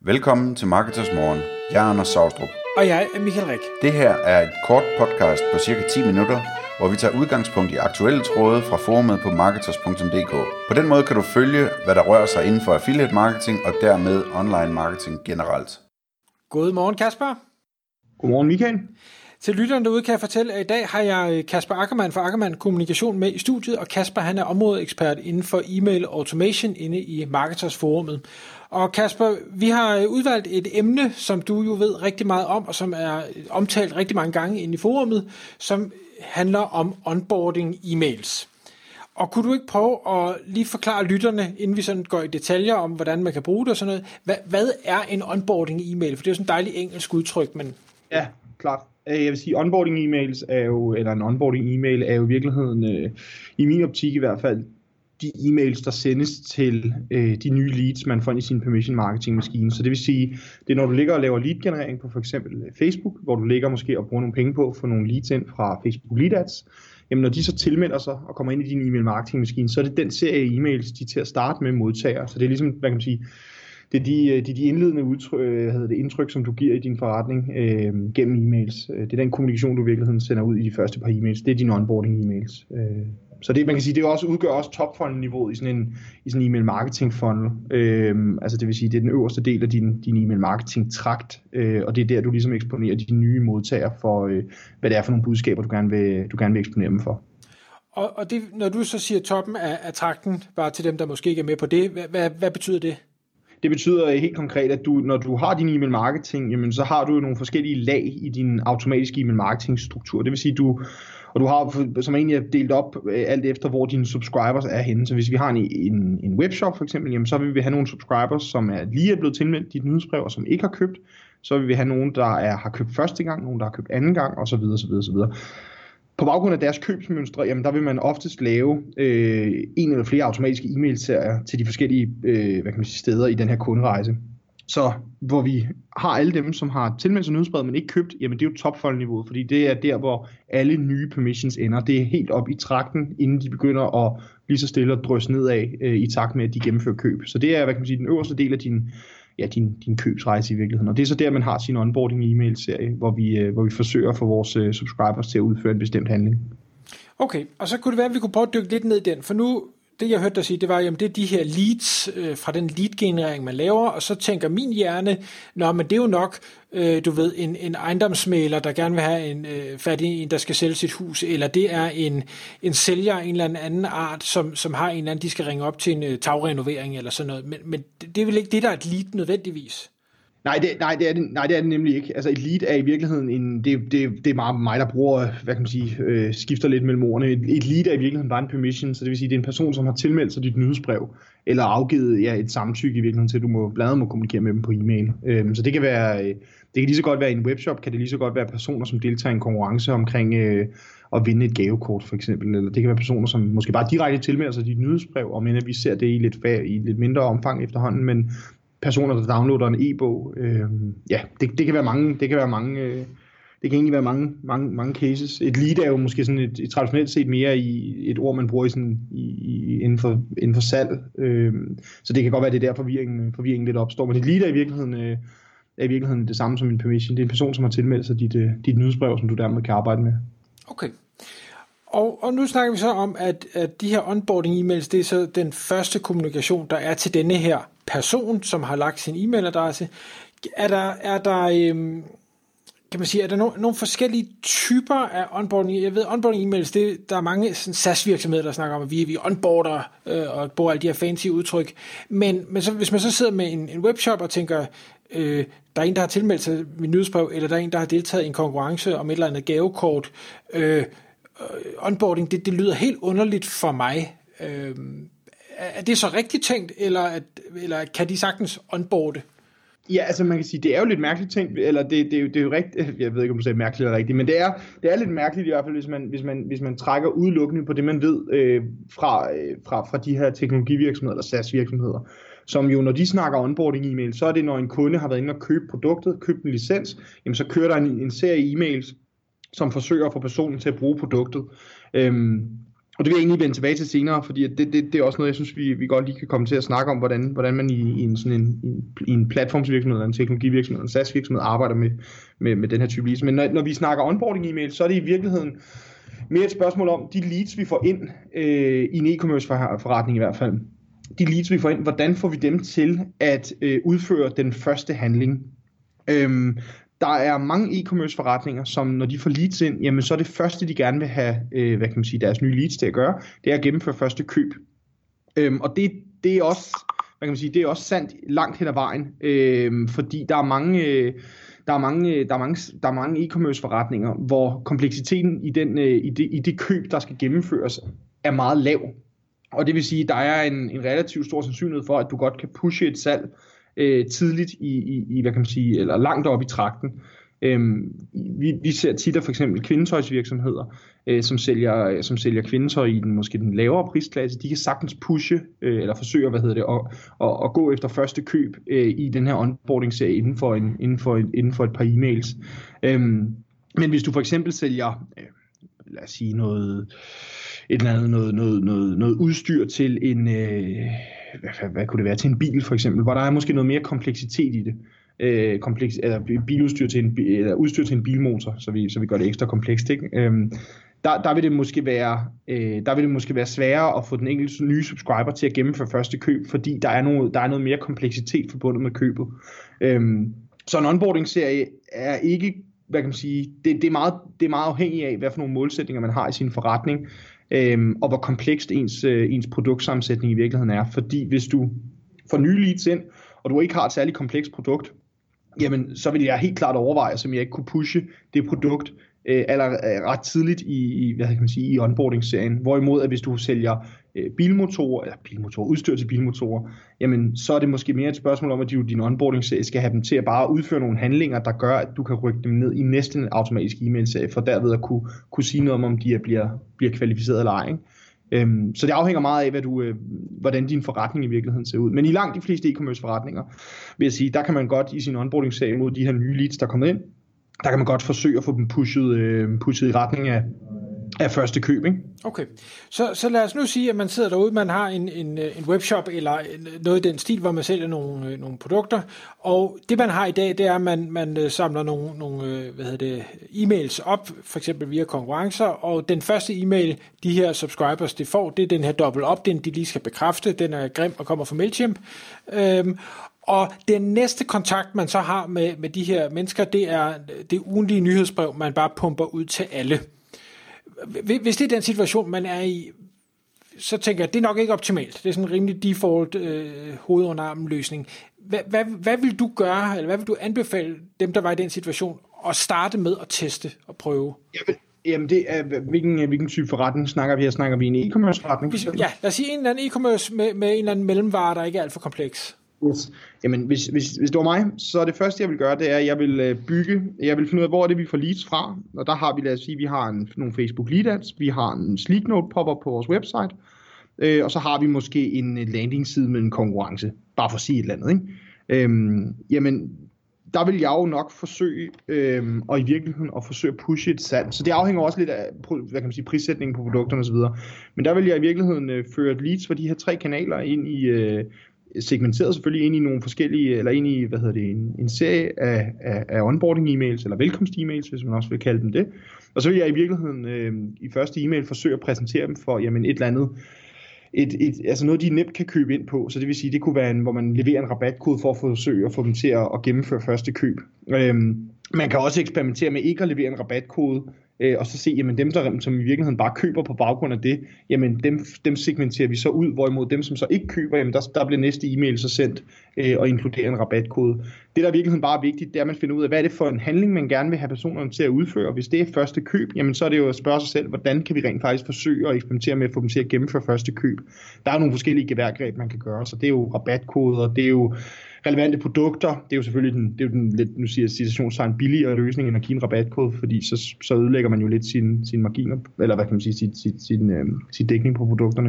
Velkommen til Marketers Morgen. Jeg er Anders Saustrup. Og jeg er Michael Rik. Det her er et kort podcast på cirka 10 minutter, hvor vi tager udgangspunkt i aktuelle tråde fra forumet på marketers.dk. På den måde kan du følge, hvad der rører sig inden for affiliate marketing og dermed online marketing generelt. God morgen, Kasper. Godmorgen, Michael. Til lytterne derude kan jeg fortælle, at i dag har jeg Kasper Ackermann fra Ackermann Kommunikation med i studiet, og Kasper han er områdeekspert inden for e-mail automation inde i Marketers forumet. Og Kasper, vi har udvalgt et emne, som du jo ved rigtig meget om, og som er omtalt rigtig mange gange inde i forumet, som handler om onboarding e-mails. Og kunne du ikke prøve at lige forklare lytterne, inden vi sådan går i detaljer om, hvordan man kan bruge det og sådan noget, hvad er en onboarding e-mail? For det er jo sådan et dejligt engelsk udtryk, men... Ja, klart. Jeg vil sige, onboarding e-mails er jo, eller en onboarding e-mail er jo i virkeligheden, i min optik i hvert fald, de e-mails, der sendes til de nye leads, man får ind i sin permission marketing maskine. Så det vil sige, det er når du ligger og laver lead generering på for eksempel Facebook, hvor du ligger måske og bruger nogle penge på at få nogle leads ind fra Facebook Lead Ads. Jamen når de så tilmelder sig og kommer ind i din e-mail marketing maskine, så er det den serie e-mails, de til at starte med modtager. Så det er ligesom, hvad kan man sige, det er de indledende indtryk, som du giver i din forretning gennem e-mails. Det er den kommunikation, du i virkeligheden sender ud i de første par e-mails. Det er dine onboarding e-mails. Så det, man kan sige, det udgør også top-funnel-niveauet i sådan en e-mail marketing funnel. Altså det vil sige, det er den øverste del af din e-mail marketing trakt, og det er der, du ligesom eksponerer de nye modtagere for, hvad det er for nogle budskaber, du gerne vil eksponere dem for. Og det, når du så siger toppen af trakten, bare til dem, der måske ikke er med på det, hvad betyder det? Det betyder helt konkret, at når du har din e-mail marketing, jamen, så har du nogle forskellige lag i din automatiske e-mail marketing struktur. Det vil sige, du har, som egentlig er delt op alt efter, hvor dine subscribers er henne. Så hvis vi har en webshop for eksempel, jamen, så vil vi have nogle subscribers, som lige er blevet tilmeldt dit nyhedsbrev, og som ikke har købt. Så vil vi have nogen, der har købt første gang, nogen, der har købt anden gang, osv. osv. På baggrund af deres købsmønstre, jamen der vil man oftest lave en eller flere automatiske e-mailserier til de forskellige steder i den her kunderejse. Så hvor vi har alle dem, som har tilmeldt sig nyhedsbrevet, men ikke købt, jamen det er jo top-funnel-niveauet, fordi det er der, hvor alle nye permissions ender. Det er helt op i trakten, inden de begynder at lige så stille og drysse nedad i takt med, at de gennemfører køb. Så det er, den øverste del af din købsrejse i virkeligheden. Og det er så der, man har sin onboarding e-mail-serie, hvor vi forsøger at få vores subscribers til at udføre en bestemt handling. Okay, og så kunne det være, at vi kunne prøve at dykke lidt ned i den, for nu, det jeg hørte dig sige, det var, jamen det er de her leads fra den lead-generering, man laver, og så tænker min hjerne, men det er jo nok, du ved, en ejendomsmægler, der gerne vil have fat i en, der skal sælge sit hus, eller det er en sælger af en eller anden art, som har en eller anden, de skal ringe op til en tagrenovering eller sådan noget, men det er vel ikke det, der er et lead nødvendigvis? Nej, det er det nemlig ikke. Altså et lead er i virkeligheden det er meget mig, der bruger, skifter lidt mellem ordene. Et lead er i virkeligheden bare en permission, så det vil sige, det er en person, som har tilmeldt sig dit nyhedsbrev, eller afgivet et samtykke i virkeligheden til, at du blandt må kommunikere med dem på e-mail. Så det kan være, det kan lige så godt være en webshop, kan det lige så godt være personer, som deltager i en konkurrence omkring at vinde et gavekort for eksempel, eller det kan være personer, som måske bare direkte tilmelder sig dit nyhedsbrev, og men at vi ser det i lidt mindre omfang efterhånden, men personer, der downloader en e-bog. Det kan være mange. Det kan egentlig være mange cases. Et lead er jo måske sådan et traditionelt set mere i et ord, man bruger inden for salg. Så det kan godt være, det er der forvirringen lidt opstår. Men et lead er i virkeligheden det samme som en permission. Det er en person, som har tilmeldt sig dit nyhedsbrev, som du dermed kan arbejde med. Okay. Og nu snakker vi så om, at de her onboarding e-mails, det er så den første kommunikation, der er til denne her person, som har lagt sin e-mailadresse. Er der kan man sige, er der nogle forskellige typer af onboarding? Jeg ved, onboarding e-mails, der er mange SaaS-virksomheder, der snakker om, at vi onboarder og bruger alle de her fancy udtryk. Men så, hvis man så sidder med en webshop og tænker, der er en, der har tilmeldt sig mit nyhedsbrev, eller der er en, der har deltaget i en konkurrence om et eller andet gavekort, onboarding, det lyder helt underligt for mig. Er det så rigtigt tænkt, eller kan de sagtens onboarde? Ja, altså man kan sige, det er jo lidt mærkeligt tænkt, eller det er jo rigtigt, jeg ved ikke om du siger mærkeligt eller rigtigt, men det er lidt mærkeligt i hvert fald, hvis man trækker udelukkende på det, man ved fra de her teknologivirksomheder eller SaaS-virksomheder, som jo, når de snakker onboarding e-mail, så er det, når en kunde har været inde og købe produktet, købt en licens, jamen så kører der en serie e-mails, som forsøger at få personen til at bruge produktet. Og det vil jeg egentlig vende tilbage til senere, fordi det er også noget, jeg synes, vi godt lige kan komme til at snakke om, hvordan man i en platformsvirksomhed, eller en teknologivirksomhed, eller en SaaS-virksomhed arbejder med den her type leads. Men når vi snakker onboarding e-mail, så er det i virkeligheden mere et spørgsmål om, de leads, vi får ind i en e-commerce forretning i hvert fald, de leads, vi får ind, hvordan får vi dem til at udføre den første handling? Der er mange e-commerce forretninger, som når de får leads ind, jamen så er det første, de gerne vil have, deres nye leads til at gøre, det er at gennemføre første køb. Og det er også, det er også sandt langt hen ad vejen, fordi der er mange e-commerce forretninger, hvor kompleksiteten i det køb, der skal gennemføres, er meget lav. Og det vil sige, at der er en relativt stor sandsynlighed for, at du godt kan pushe et salg tidligt eller langt op i trakten. Vi ser tit for eksempel kvindetøjsvirksomheder, som sælger kvindetøj i den lavere prisklasse. De kan sagtens pushe eller forsøge at gå efter første køb i den her onboarding-serie inden for et par e-mails. Men hvis du for eksempel sælger, lad os sige noget udstyr til en hvad kunne det være, til en bil for eksempel, hvor der er måske noget mere kompleksitet i det. Biludstyr til eller udstyr til en bilmotor, så vi gør det ekstra komplekst, ikke? Der vil det måske være sværere at få den enkelte nye subscriber til at gennemføre første køb, fordi der er noget mere kompleksitet forbundet med købet. Så en onboarding-serie er ikke, det er meget afhængigt af, hvad for nogle målsætninger man har i sin forretning, og hvor komplekst ens produktsammensætning i virkeligheden er. Fordi hvis du får nye leads ind, og du ikke har et særligt komplekst produkt, jamen så vil jeg helt klart overveje, som jeg ikke kunne pushe det produkt ret tidligt i onboarding-serien. Hvorimod at hvis du sælger udstyr til bilmotorer, jamen så er det måske mere et spørgsmål om, at din onboarding-serie skal have dem til at bare udføre nogle handlinger, der gør, at du kan rykke dem ned i næste automatiske e-mail-serie, for derved at kunne sige noget om de bliver kvalificeret eller ej. Så det afhænger meget af, hvordan din forretning i virkeligheden ser ud. Men i langt de fleste e-commerce forretninger, vil jeg sige, der kan man godt i sin onboarding-serie mod de her nye leads, der er kommet ind, der kan man godt forsøge at få dem pushet i retning af første køb, ikke? Okay, så lad os nu sige, at man sidder derude, man har en webshop eller noget i den stil, hvor man sælger nogle produkter, og det man har i dag, det er, at man samler nogle e-mails op, for eksempel via konkurrencer, og den første e-mail, de her subscribers, de får, det er den her dobbelt opt-in, de lige skal bekræfte, den er grim og kommer fra Mailchimp, og den næste kontakt, man så har med de her mennesker, det er det ugentlige nyhedsbrev, man bare pumper ud til alle. Hvis det er den situation, man er i, så tænker jeg, det er nok ikke optimalt. Det er sådan en rimelig default hoved under armen løsning. Hvad vil du gøre, eller hvad vil du anbefale dem, der var i den situation, at starte med at teste og prøve? Jamen det er, hvilken type forretning snakker vi her? Snakker vi en e-commerce forretning? Ja, lad os sige en eller anden e-commerce med en eller anden mellemvare, der ikke er alt for kompleks. Yes. Jamen, hvis det var mig, så det første, jeg vil gøre, det er, at jeg vil finde ud af, hvor er det, vi får leads fra. Og der har vi, lad os sige, vi har nogle Facebook lead ads, vi har en Sleek Note pop-up på vores website, og så har vi måske en landingsside med en konkurrence, bare for at sige et eller andet, ikke? Jamen, der vil jeg jo nok forsøge, og i virkeligheden at forsøge at pushe et salg. Så det afhænger også lidt af, prissætningen på produkterne osv. Men der vil jeg i virkeligheden føre et leads fra de her 3 kanaler ind i segmenteret selvfølgelig ind i nogle forskellige, eller ind i, en serie af onboarding e-mails, eller velkomst e-mails, hvis man også vil kalde dem det. Og så vil jeg i virkeligheden i første e-mail forsøge at præsentere dem for, et eller andet, altså noget, de nemt kan købe ind på. Så det vil sige, det kunne være hvor man leverer en rabatkode for at forsøge at få dem til at gennemføre første køb. Man kan også eksperimentere med ikke at levere en rabatkode, og så se, jamen dem, som i virkeligheden bare køber på baggrund af det, jamen dem segmenterer vi så ud, hvorimod dem, som så ikke køber, jamen der bliver næste e-mail så sendt og inkluderer en rabatkode. Det, der i virkeligheden bare er vigtigt, det er, at man finder ud af, hvad er det for en handling, man gerne vil have personerne til at udføre. Og hvis det er første køb, jamen så er det jo at spørge sig selv, hvordan kan vi rent faktisk forsøge at eksperimentere med at få dem til at gennemføre første køb. Der er nogle forskellige geværgreb, man kan gøre, så det er jo rabatkoder, det er jo relevante produkter, det er jo selvfølgelig den lidt, nu siger jeg citationstegn, billigere løsning end at give en rabatkode, fordi så ødelægger man jo lidt sine marginer, eller hvad kan man sige, sin dækning på produkterne.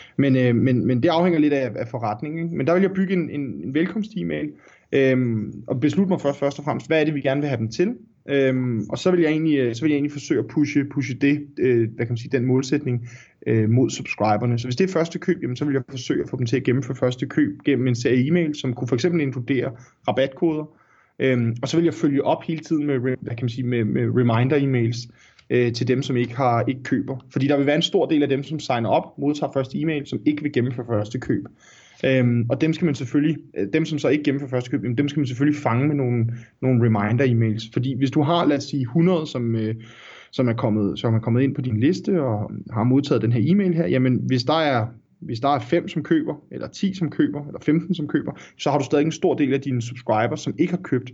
Men det afhænger lidt af forretningen, ikke? Men der vil jeg bygge en velkomst-e-mail, og beslutte mig først og fremmest, hvad er det, vi gerne vil have dem til. Og så vil jeg egentlig forsøge at pushe det, hvad kan man sige, den målsætning mod subscriberne. Så hvis det er første køb, jamen, så vil jeg forsøge at få dem til at gennemføre første køb gennem en serie e-mail, som kunne for eksempel inkludere rabatkoder. Og så vil jeg følge op hele tiden med, hvad kan man sige, med reminder e-mails til dem, som ikke køber. Fordi der vil være en stor del af dem, som signer op, modtager første e-mail, som ikke vil gennemføre første køb. Og dem skal man selvfølgelig, dem som så ikke gennemfører første køb, dem skal man selvfølgelig fange med nogle reminder e-mails. Fordi hvis du har, lad os sige, 100, som er kommet ind på din liste og har modtaget den her e-mail her, jamen hvis der er 5 som køber, eller 10 som køber, eller 15 som køber, så har du stadig en stor del af dine subscribers, som ikke har købt.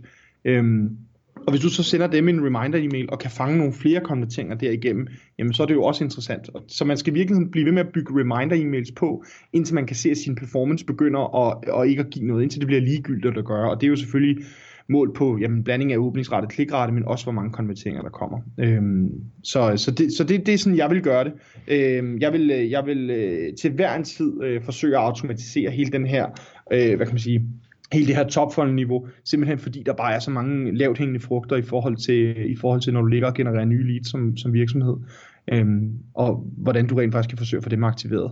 Og hvis du så sender dem en reminder-e-mail og kan fange nogle flere konverteringer derigennem, jamen så er det jo også interessant. Så man skal virkelig blive ved med at bygge reminder-e-mails på, indtil man kan se, at sin performance begynder og ikke at give noget, indtil det bliver ligegyldigt at gøre. Og det er jo selvfølgelig mål på blanding af åbningsrate og klikrate, men også hvor mange konverteringer der kommer. Så det er sådan, jeg vil gøre det. Jeg vil til hver en tid forsøge at automatisere hele den her, hvad kan man sige, hele det her topfunnel-niveau, simpelthen fordi der bare er så mange lavt hængende frugter i forhold til når du ligger og genererer nye leads som virksomhed, og hvordan du rent faktisk kan forsøge at få dem aktiveret.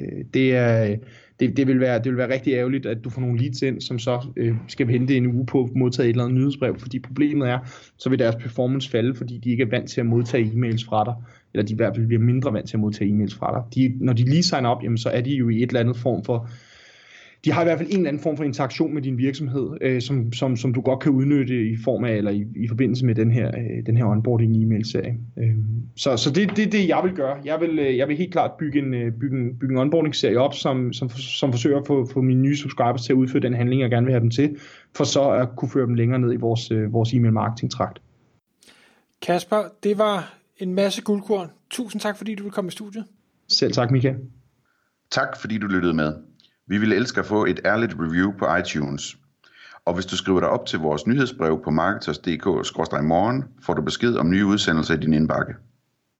Det vil være rigtig ærgerligt, at du får nogle leads ind, som så skal hente en uge på at modtage et eller andet nyhedsbrev, fordi problemet er, så vil deres performance falde, fordi de ikke er vant til at modtage e-mails fra dig, eller de i hvert fald bliver mindre vant til at modtage e-mails fra dig. Når de lige signer op, jamen, så er de jo i et eller andet form for, de har i hvert fald en eller anden form for interaktion med din virksomhed, som du godt kan udnytte i form af, eller i forbindelse med den her onboarding e-mail-serie. Så det er det, jeg vil gøre. Jeg vil helt klart bygge en onboarding-serie op, som forsøger at få mine nye subscribers til at udføre den handling, jeg gerne vil have dem til, for så at kunne føre dem længere ned i vores e-mail-marketing-trakt. Kasper, det var en masse guldkorn. Tusind tak, fordi du ville komme i studiet. Selv tak, Michael. Tak, fordi du lyttede med. Vi ville elske at få et ærligt review på iTunes. Og hvis du skriver dig op til vores nyhedsbrev på marketers.dk/morgen, får du besked om nye udsendelser i din indbakke.